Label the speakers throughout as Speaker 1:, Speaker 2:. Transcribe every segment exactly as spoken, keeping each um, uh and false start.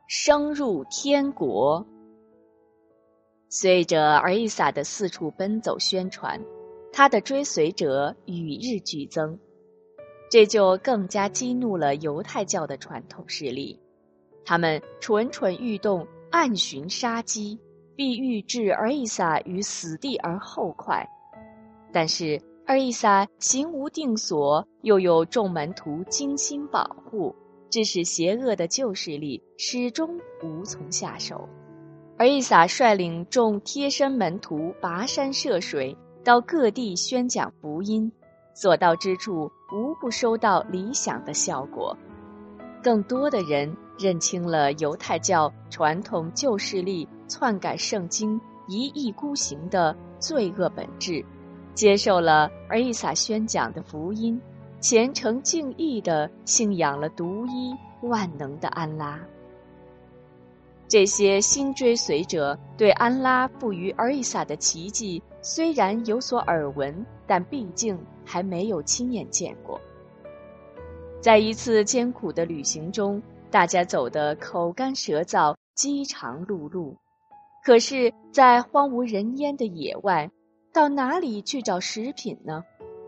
Speaker 1: 升入天国。随着尔伊萨的四处奔走宣传，他的追随者与日俱增，这就更加激怒了犹太教的传统势力。他们蠢蠢欲动，暗寻杀机，必欲置尔伊萨于死地而后快。但是尔伊萨行无定所，又有众门徒精心保护，致使邪恶的旧势力始终无从下手。尔伊萨率领众贴身门徒跋山涉水，到各地宣讲福音，所到之处无不收到理想的效果。更多的人认清了犹太教传统旧势力篡改圣经、一意孤行的罪恶本质，接受了尔伊萨宣讲的福音，虔诚敬意地信仰了独一万能的安拉。这些新追随者对安拉赋予尔伊萨的奇迹虽然有所耳闻，但毕竟还没有亲眼见过。在一次艰苦的旅行中，大家走得口干舌燥，饥肠辘辘。可是在荒无人烟的野外，到哪里去找食品呢？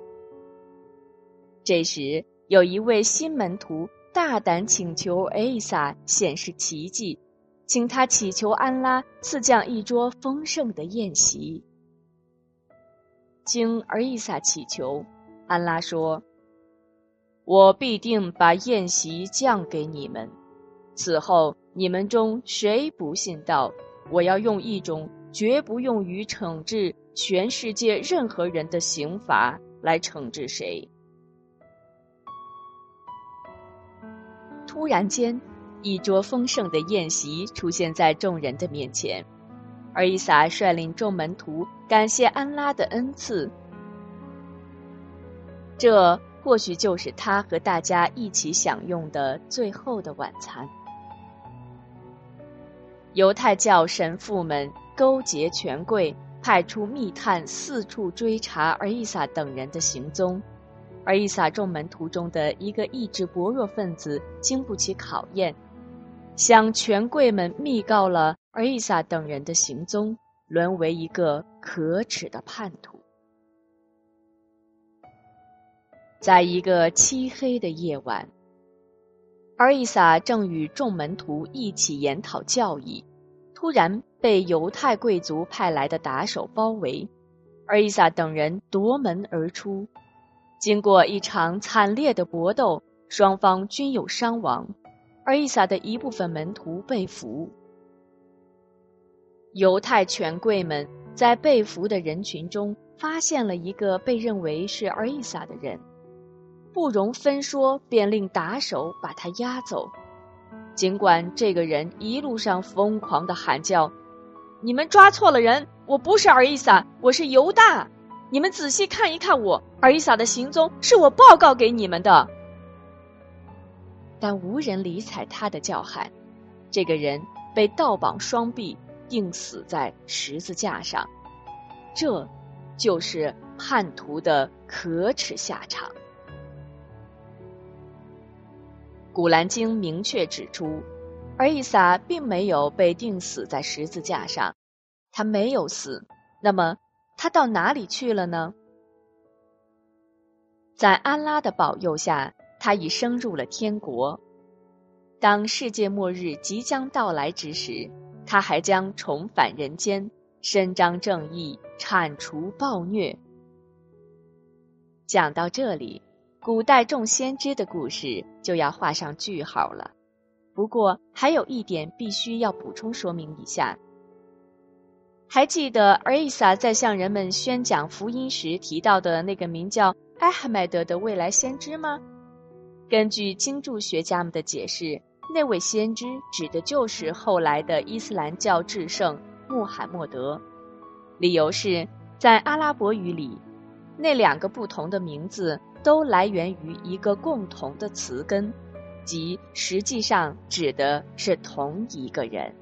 Speaker 1: 这时有一位新门徒大胆请求尔伊萨显示奇迹，请他祈求安拉赐降一桌丰盛的宴席。经尔伊萨祈求，安拉说：我必定把宴席降给你们，此后你们中谁不信道，我要用一种绝不用于惩治全世界任何人的刑罚来惩治谁。突然间，一桌丰盛的宴席出现在众人的面前，尔伊萨率领众门徒感谢安拉的恩赐，这或许就是他和大家一起享用的最后的晚餐。犹太教神父们勾结权贵，派出密探四处追查尔伊萨等人的行踪。尔伊萨众门徒中的一个意志薄弱分子经不起考验，向权贵们密告了尔伊萨等人的行踪，沦为一个可耻的叛徒。在一个漆黑的夜晚，尔伊萨正与众门徒一起研讨教义，突然被犹太贵族派来的打手包围，尔伊萨等人夺门而出。经过一场惨烈的搏斗，双方均有伤亡，尔伊萨的一部分门徒被俘。犹太权贵们在被俘的人群中发现了一个被认为是尔伊萨的人，不容分说，便令打手把他押走。尽管这个人一路上疯狂地喊叫：你们抓错了人，我不是尔伊萨，我是犹大，你们仔细看一看我，尔伊萨的行踪是我报告给你们的。但无人理睬他的叫喊，这个人被倒绑双臂，钉死在十字架上。这就是叛徒的可耻下场。古兰经明确指出，尔伊萨并没有被钉死在十字架上，他没有死，那么他到哪里去了呢？在安拉的保佑下，他已升入了天国。当世界末日即将到来之时，他还将重返人间，伸张正义，铲除暴虐。讲到这里，古代众先知的故事就要画上句号了。不过还有一点必须要补充说明一下。还记得尔伊萨在向人们宣讲福音时提到的那个名叫艾哈迈德的未来先知吗？根据经注学家们的解释，那位先知指的就是后来的伊斯兰教至圣穆罕默德。理由是在阿拉伯语里，那两个不同的名字都来源于一个共同的词根，即实际上指的是同一个人。